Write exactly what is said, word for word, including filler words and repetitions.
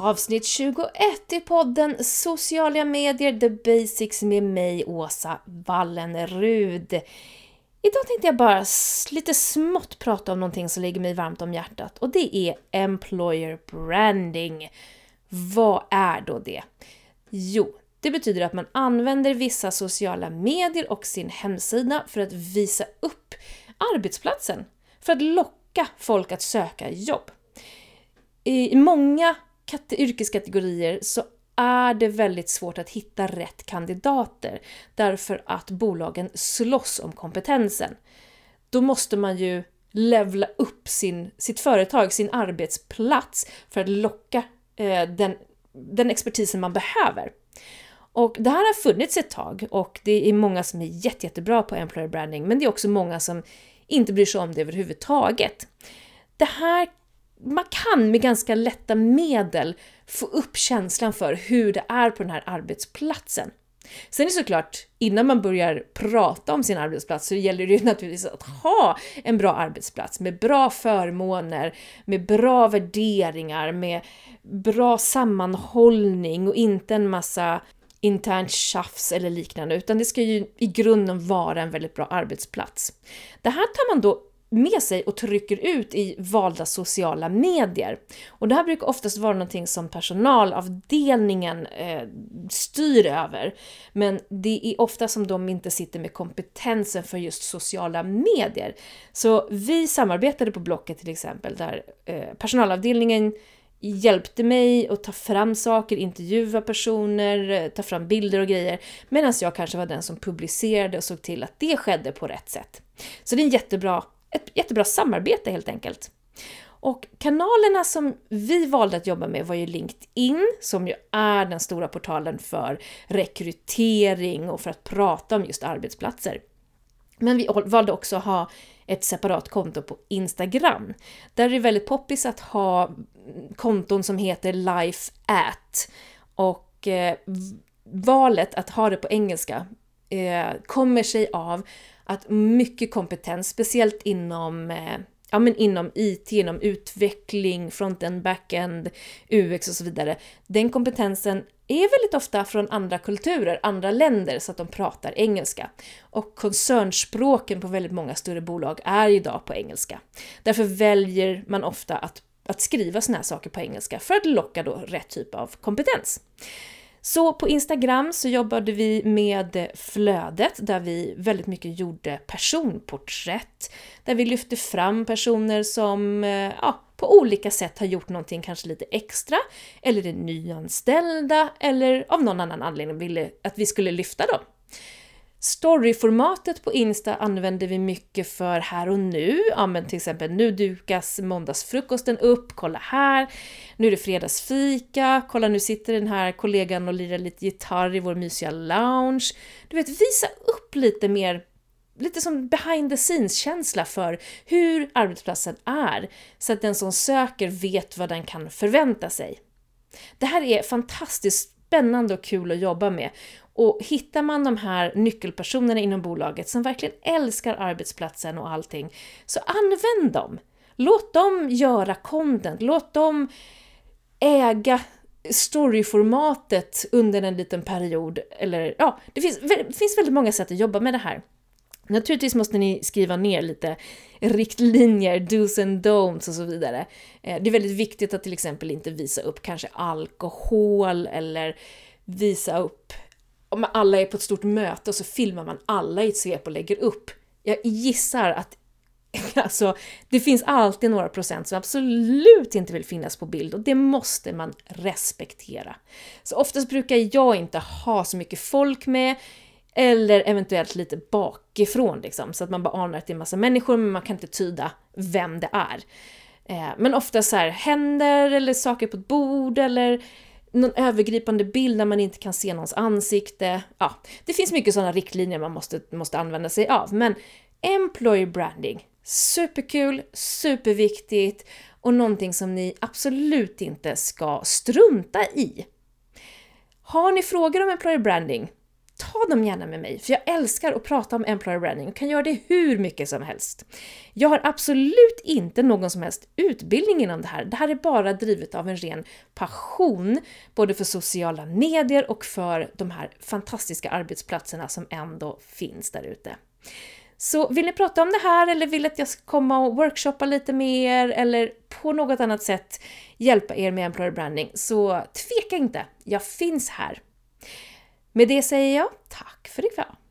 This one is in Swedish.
Avsnitt tjugoett i podden Sociala medier, The Basics med mig, Åsa Wallenrud. Idag tänkte jag bara lite smått prata om någonting som ligger mig varmt om hjärtat. Och det är employer branding. Vad är då det? Jo, det betyder att man använder vissa sociala medier och sin hemsida för att visa upp arbetsplatsen. För att locka folk att söka jobb. I många yrkeskategorier så är det väldigt svårt att hitta rätt kandidater därför att bolagen slåss om kompetensen. Då måste man ju levla upp sin, sitt företag, sin arbetsplats för att locka eh, den, den expertisen man behöver. Och det här har funnits ett tag och det är många som är jätte, jättebra på employer branding, men det är också många som inte bryr sig om det överhuvudtaget. Det här Man kan med ganska lätta medel få upp känslan för hur det är på den här arbetsplatsen. Sen är det såklart, innan man börjar prata om sin arbetsplats så gäller det ju naturligtvis att ha en bra arbetsplats med bra förmåner, med bra värderingar, med bra sammanhållning och inte en massa internt tjafs eller liknande, utan det ska ju i grunden vara en väldigt bra arbetsplats. Det här tar man då med sig och trycker ut i valda sociala medier. Och det här brukar oftast vara någonting som personalavdelningen eh, styr över. Men det är ofta som de inte sitter med kompetensen för just sociala medier. Så vi samarbetade på Blocket till exempel där eh, personalavdelningen hjälpte mig att ta fram saker, intervjua personer, ta fram bilder och grejer. Medan jag kanske var den som publicerade och såg till att det skedde på rätt sätt. Så det är en jättebra Ett jättebra samarbete helt enkelt. Och kanalerna som vi valde att jobba med var ju LinkedIn, som ju är den stora portalen för rekrytering och för att prata om just arbetsplatser. Men vi valde också att ha ett separat konto på Instagram. Där är det väldigt poppis att ha konton som heter Life at. Och eh, valet att ha det på engelska eh, kommer sig av att mycket kompetens, speciellt inom, eh, ja, men inom I T, inom utveckling, frontend, backend, U X och så vidare. Den kompetensen är väldigt ofta från andra kulturer, andra länder så att de pratar engelska. Och koncernspråken på väldigt många större bolag är idag på engelska. Därför väljer man ofta att, att skriva såna här saker på engelska för att locka då rätt typ av kompetens. Så på Instagram så jobbade vi med flödet där vi väldigt mycket gjorde personporträtt. Där vi lyfte fram personer som ja, på olika sätt har gjort någonting kanske lite extra. Eller är nyanställda eller av någon annan anledning ville att vi skulle lyfta dem. Storyformatet på Insta använder vi mycket för här och nu. Ja, men till exempel nu dukas måndagsfrukosten upp, kolla här. Nu är det fredagsfika, kolla nu sitter den här kollegan och lirar lite gitarr i vår mysiga lounge. Du vet, visa upp lite mer, lite som behind the scenes-känsla för hur arbetsplatsen är. Så att den som söker vet vad den kan förvänta sig. Det här är fantastiskt spännande och kul att jobba med. Och hittar man de här nyckelpersonerna inom bolaget som verkligen älskar arbetsplatsen och allting, så använd dem. Låt dem göra content. Låt dem äga storyformatet under en liten period. Eller, ja, det finns, det finns väldigt många sätt att jobba med det här. Naturligtvis måste ni skriva ner lite riktlinjer, do's and don'ts och så vidare. Det är väldigt viktigt att till exempel inte visa upp kanske alkohol eller visa upp om alla är på ett stort möte och så filmar man alla i ett svep och lägger upp. Jag gissar att alltså, det finns alltid några procent som absolut inte vill finnas på bild och det måste man respektera. Så oftast brukar jag inte ha så mycket folk med eller eventuellt lite bakifrån liksom, så att man bara anar att det är en massa människor men man kan inte tyda vem det är. Men ofta så här händer eller saker på ett bord eller någon övergripande bild när man inte kan se någons ansikte. Ja, det finns mycket sådana riktlinjer man måste, måste använda sig av. Men employer branding, superkul, superviktigt och någonting som ni absolut inte ska strunta i. Har ni frågor om employer branding? ta dem gärna med mig, för jag älskar att prata om employer branding och kan göra det hur mycket som helst. Jag har absolut inte någon som helst utbildning inom det här. Det här är bara drivet av en ren passion, både för sociala medier och för de här fantastiska arbetsplatserna som ändå finns där ute. Så vill ni prata om det här eller vill att jag ska komma och workshoppa lite mer eller på något annat sätt hjälpa er med employer branding, så tveka inte, jag finns här. Med det säger jag tack för ikväll.